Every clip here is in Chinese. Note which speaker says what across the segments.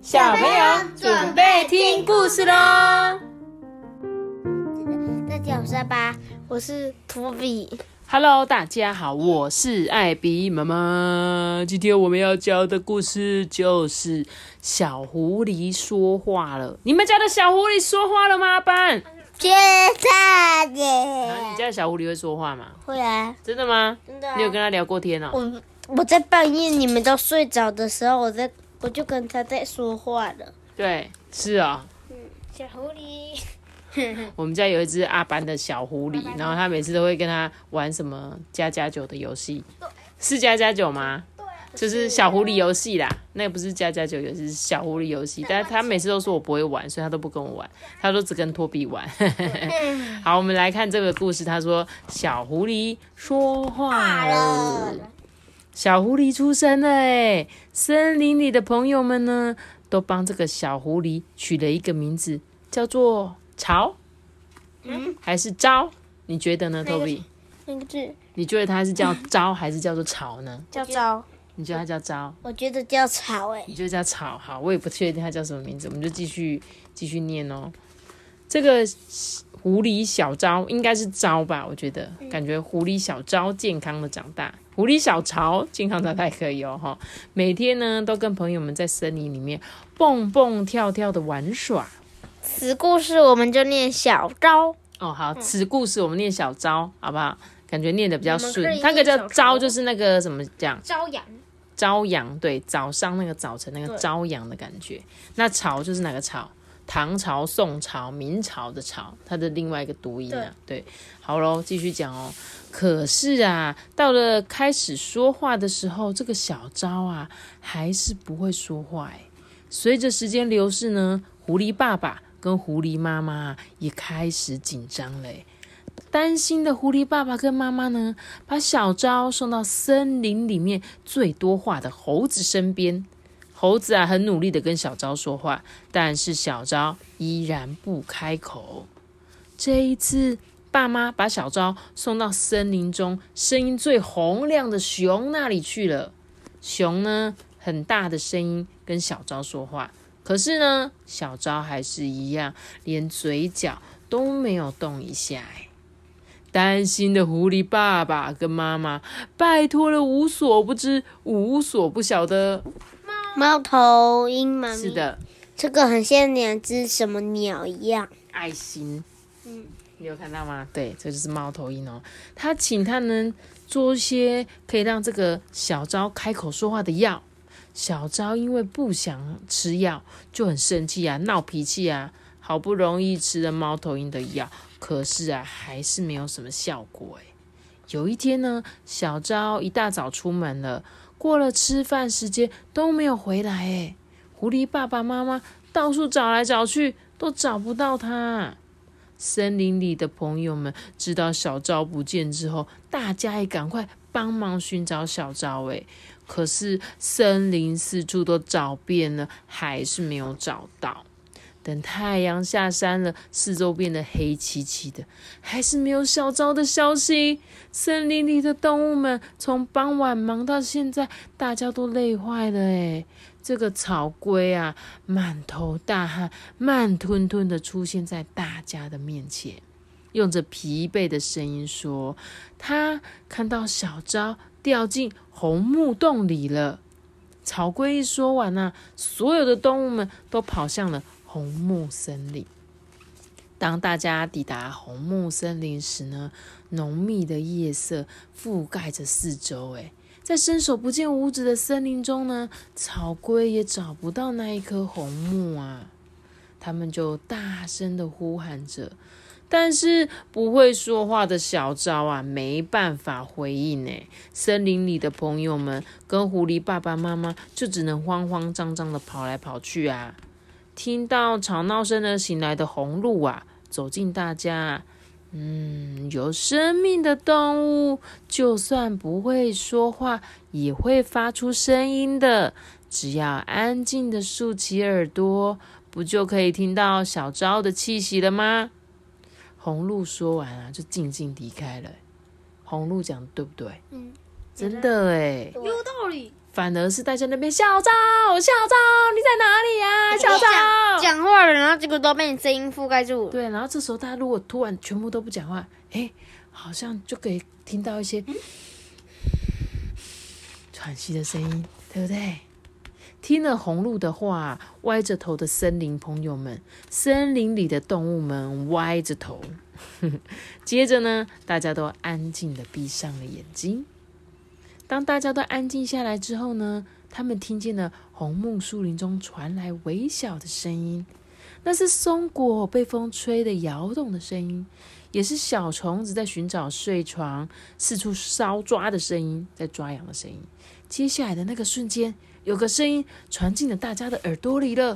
Speaker 1: 小朋友准备听故事咯。
Speaker 2: 大家好，我是阿巴，我是托比。
Speaker 1: Hello， 大家好，我是艾比妈妈。今天我们要教的故事就是小狐狸说话了。你们家的小狐狸说话了吗？班？
Speaker 2: 谢大姐。
Speaker 1: 你家的小狐狸会说话吗？
Speaker 2: 会啊。
Speaker 1: 真的吗？
Speaker 2: 真的啊。
Speaker 1: 你有跟他聊过天哦？
Speaker 2: 我在半夜你们都睡着的时候，我就跟他在说话了。
Speaker 1: 对，是啊。
Speaker 2: 小狐狸。
Speaker 1: 我们家有一只阿班的小狐狸，然后他每次都会跟他玩什么加加酒的游戏，是加加酒吗？对，就是小狐狸游戏啦。那不是加加酒游戏，是小狐狸游戏。但是他每次都说我不会玩，所以他都不跟我玩，他都只跟托比玩。好，我们来看这个故事。他说小狐狸说话了，小狐狸出生了耶！森林里的朋友们呢，都帮这个小狐狸取了一个名字，叫做潮，还是招？你觉得呢，托比？
Speaker 2: 那个字，
Speaker 1: 你觉得它是叫招还是叫做潮呢？
Speaker 2: 叫招。
Speaker 1: 你觉得它叫招？
Speaker 2: 我觉得叫草
Speaker 1: 你觉得叫潮？好，我也不确定它叫什么名字，我们就继续念哦。这个狐狸小招应该是招吧？我觉得，感觉狐狸小招健康的长大，狐狸小潮健康长大也可以哦。每天呢，都跟朋友们在森林里面蹦蹦跳跳的玩耍。
Speaker 2: 此故事我们就念小招
Speaker 1: 哦。好，此故事我们念小招，好不好？感觉念得比较顺。
Speaker 2: 那
Speaker 1: 个叫招，就是那个什么讲？
Speaker 2: 朝
Speaker 1: 阳，对，早上那个早晨那个朝阳的感觉。那朝就是哪个朝？唐朝、宋朝、明朝的朝，它的另外一个读音啊。对，好咯，继续讲哦。可是啊，到了开始说话的时候，这个小招啊，还是不会说话哎。随着时间流逝呢，狐狸爸爸跟狐狸妈妈也开始紧张了耶。担心的狐狸爸爸跟妈妈呢，把小招送到森林里面最多话的猴子身边。猴子啊，很努力的跟小招说话，但是小招依然不开口。这一次，爸妈把小招送到森林中声音最洪亮的熊那里去了。熊呢，很大的声音跟小招说话，可是呢，小招还是一样，连嘴角都没有动一下。担心的狐狸爸爸跟妈妈拜托了无所不知、无所不晓的
Speaker 2: 猫头鹰妈咪。
Speaker 1: 是的，
Speaker 2: 这个很像两只什么鸟一样，
Speaker 1: 爱心。你有看到吗？对，这就是猫头鹰哦。他请他能做一些可以让这个小招开口说话的药。小招因为不想吃药，就很生气啊，闹脾气啊。好不容易吃了猫头鹰的药，可是啊，还是没有什么效果哎。有一天呢，小招一大早出门了，过了吃饭时间都没有回来哎。狐狸爸爸妈妈到处找来找去，都找不到他。森林里的朋友们知道小招不见之后，大家也赶快帮忙寻找小招哎。可是森林四处都找遍了，还是没有找到。等太阳下山了，四周变得黑漆漆的，还是没有小招的消息。森林里的动物们从傍晚忙到现在，大家都累坏了诶。这个草龟啊，满头大汗，慢吞吞的出现在大家的面前，用着疲惫的声音说：“他看到小招掉进红木洞里了。”草龟一说完啊，所有的动物们都跑向了红木森林。当大家抵达红木森林时呢，浓密的夜色覆盖着四周。在伸手不见五指的森林中呢，草龟也找不到那一棵红木啊。他们就大声的呼喊着，但是不会说话的小招啊，没办法回应。森林里的朋友们跟狐狸爸爸妈妈就只能慌慌张张的跑来跑去啊。听到吵闹声而醒来的红鹿啊，走进大家。有生命的动物，就算不会说话，也会发出声音的。只要安静的竖起耳朵，不就可以听到小招的气息了吗？红鹿说完啊，就静静离开了。红鹿讲对不对？真的耶，
Speaker 2: 有道理。
Speaker 1: 反而是大家那边小昭你在哪里呀？小昭
Speaker 2: 讲话了，然后结果都被你声音覆盖住了。
Speaker 1: 对，然后这时候大家如果突然全部都不讲话，好像就可以听到一些喘息的声音，对不对？听了红鹿的话，歪着头的森林朋友们，森林里的动物们歪着头。接着呢，大家都安静的闭上了眼睛。当大家都安静下来之后呢，他们听见了红木树林中传来微小的声音，那是松果被风吹的摇动的声音，也是小虫子在寻找睡床、四处搔抓的声音，在抓痒的声音。接下来的那个瞬间，有个声音传进了大家的耳朵里了。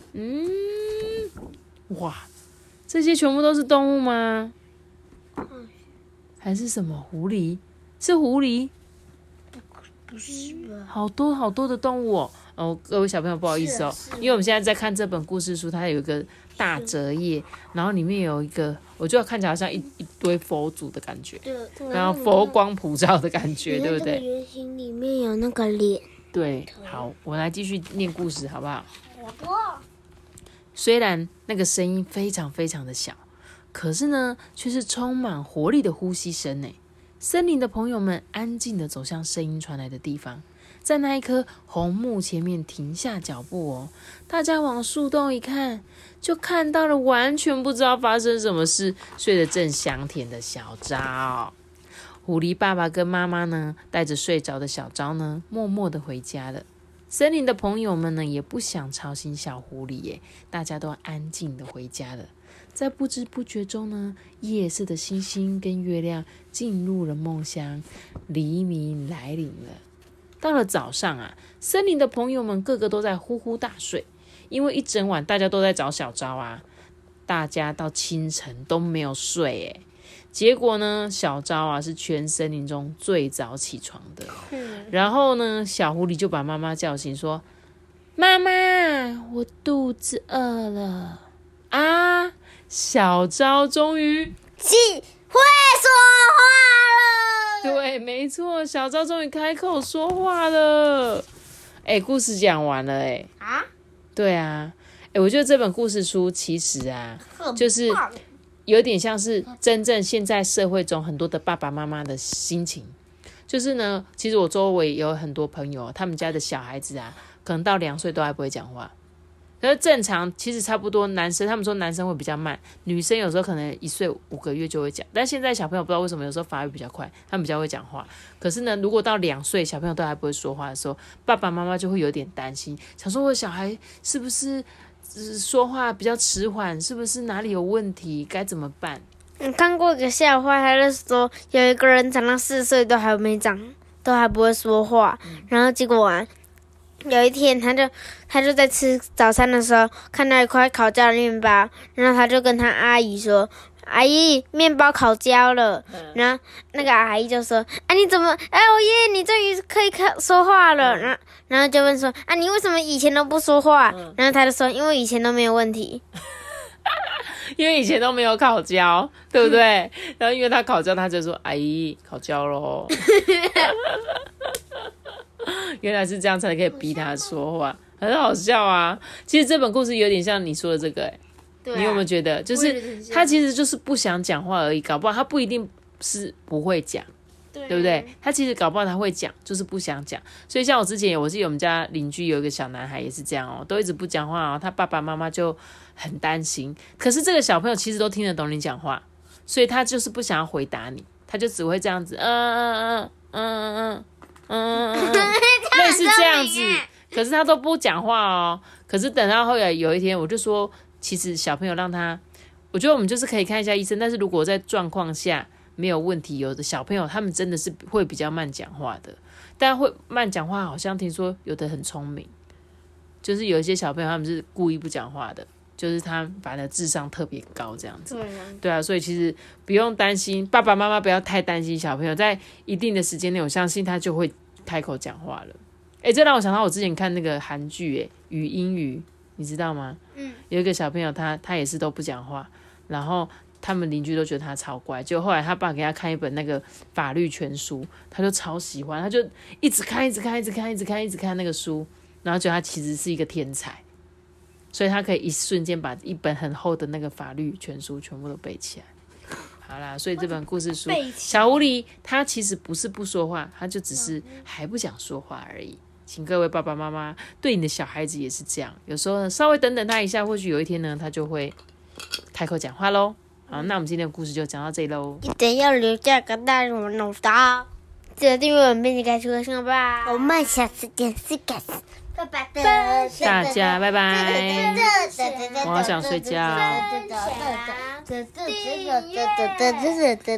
Speaker 1: 哇，这些全部都是动物吗？还是什么狐狸？是狐狸？
Speaker 2: 不是吧？
Speaker 1: 好多好多的动物哦！各位小朋友不好意思哦，因为我们现在在看这本故事书，它有一个大折页，然后里面有一个，我觉得看起来好像一堆佛祖的感觉，
Speaker 2: 对，
Speaker 1: 然后佛光普照的感觉，对不对？
Speaker 2: 圆形里面有那个脸。
Speaker 1: 对，好，我来继续念故事，好不好？虽然那个声音非常非常的小，可是呢，却是充满活力的呼吸声呢。森林的朋友们安静地走向声音传来的地方，在那一棵红木前面停下脚步哦。大家往树洞一看，就看到了完全不知道发生什么事，睡得正香甜的小昭。狐狸爸爸跟妈妈呢，带着睡着的小昭呢，默默地回家了。森林的朋友们呢，也不想吵醒小狐狸耶，大家都安静地回家了。在不知不觉中呢，夜色的星星跟月亮进入了梦乡，黎明来临了。到了早上啊，森林的朋友们个个都在呼呼大睡，因为一整晚大家都在找小昭啊，大家到清晨都没有睡耶。结果呢，小昭啊是全森林中最早起床的。然后呢，小狐狸就把妈妈叫醒，说：“妈妈，我肚子饿了啊！”小昭终于
Speaker 2: 会说话了。
Speaker 1: 对，没错，小昭终于开口说话了。故事讲完了
Speaker 2: 啊？
Speaker 1: 对啊，我觉得这本故事书其实啊，就是有点像是真正现在社会中很多的爸爸妈妈的心情。就是呢，其实我周围有很多朋友，他们家的小孩子啊，可能到2岁都还不会讲话。可是正常，其实差不多男生，他们说男生会比较慢，女生有时候可能1岁5个月就会讲。但现在小朋友不知道为什么有时候发育比较快，他们比较会讲话。可是呢，如果到2岁小朋友都还不会说话的时候，爸爸妈妈就会有点担心，想说我小孩是不是说话比较迟缓，是不是哪里有问题，该怎么办？
Speaker 2: 你看过一个笑话，他就说有一个人长到4岁都还不会说话，然后结果有一天他就在吃早餐的时候看到一块烤焦的面包，然后他就跟他阿姨说：“阿姨，面包烤焦了。”然后那个阿姨就说：“你怎么？耶，你终于可以说话了。”然后就问说：“你为什么以前都不说话？”然后他就说：“因为以前都没有问题。”
Speaker 1: 因为以前都没有烤焦，对不对？然后因为他烤焦，他就说：“阿姨，烤焦咯。”原来是这样才可以逼他说话，很好笑啊！其实这本故事有点像你说的这个，
Speaker 2: 对啊，
Speaker 1: 你有没有觉得？就是他其实就是不想讲话而已，搞不好他不一定是不会讲，对不对？他其实搞不好他会讲，就是不想讲。所以像我之前，我记得我们家邻居有一个小男孩也是这样哦，都一直不讲话哦，他爸爸妈妈就很担心。可是这个小朋友其实都听得懂你讲话，所以他就是不想要回答你，他就只会这样子，类似这样子，可是他都不讲话哦。可是等到后来有一天，我就说，其实小朋友让他，我觉得我们就是可以看一下医生。但是如果在状况下没有问题，有的小朋友他们真的是会比较慢讲话的。但会慢讲话，好像听说有的很聪明，就是有一些小朋友他们是故意不讲话的，就是他反而智商特别高这样子。对啊，所以其实不用担心，爸爸妈妈不要太担心小朋友，在一定的时间内，我相信他就会开口讲话了。这让我想到我之前看那个韩剧语音语，你知道吗？有一个小朋友他也是都不讲话，然后他们邻居都觉得他超乖。结果后来他爸给他看一本那个法律全书，他就超喜欢，他就一直看那个书，然后觉得他其实是一个天才，所以他可以一瞬间把一本很厚的那个法律全书全部都背起来。好啦，所以这本故事书小狐狸它其实不是不说话，它就只是还不想说话而已。请各位爸爸妈妈对你的小孩子也是这样，有时候呢稍微等等他一下，或许有一天呢他就会开口讲话咯。好，那我们今天的故事就讲到这里咯，
Speaker 2: 记得要留下个大人文脑袋，记得订阅我们并且开出个信号吧。我们下次见，拜拜，
Speaker 1: 大家拜拜，我好想睡觉。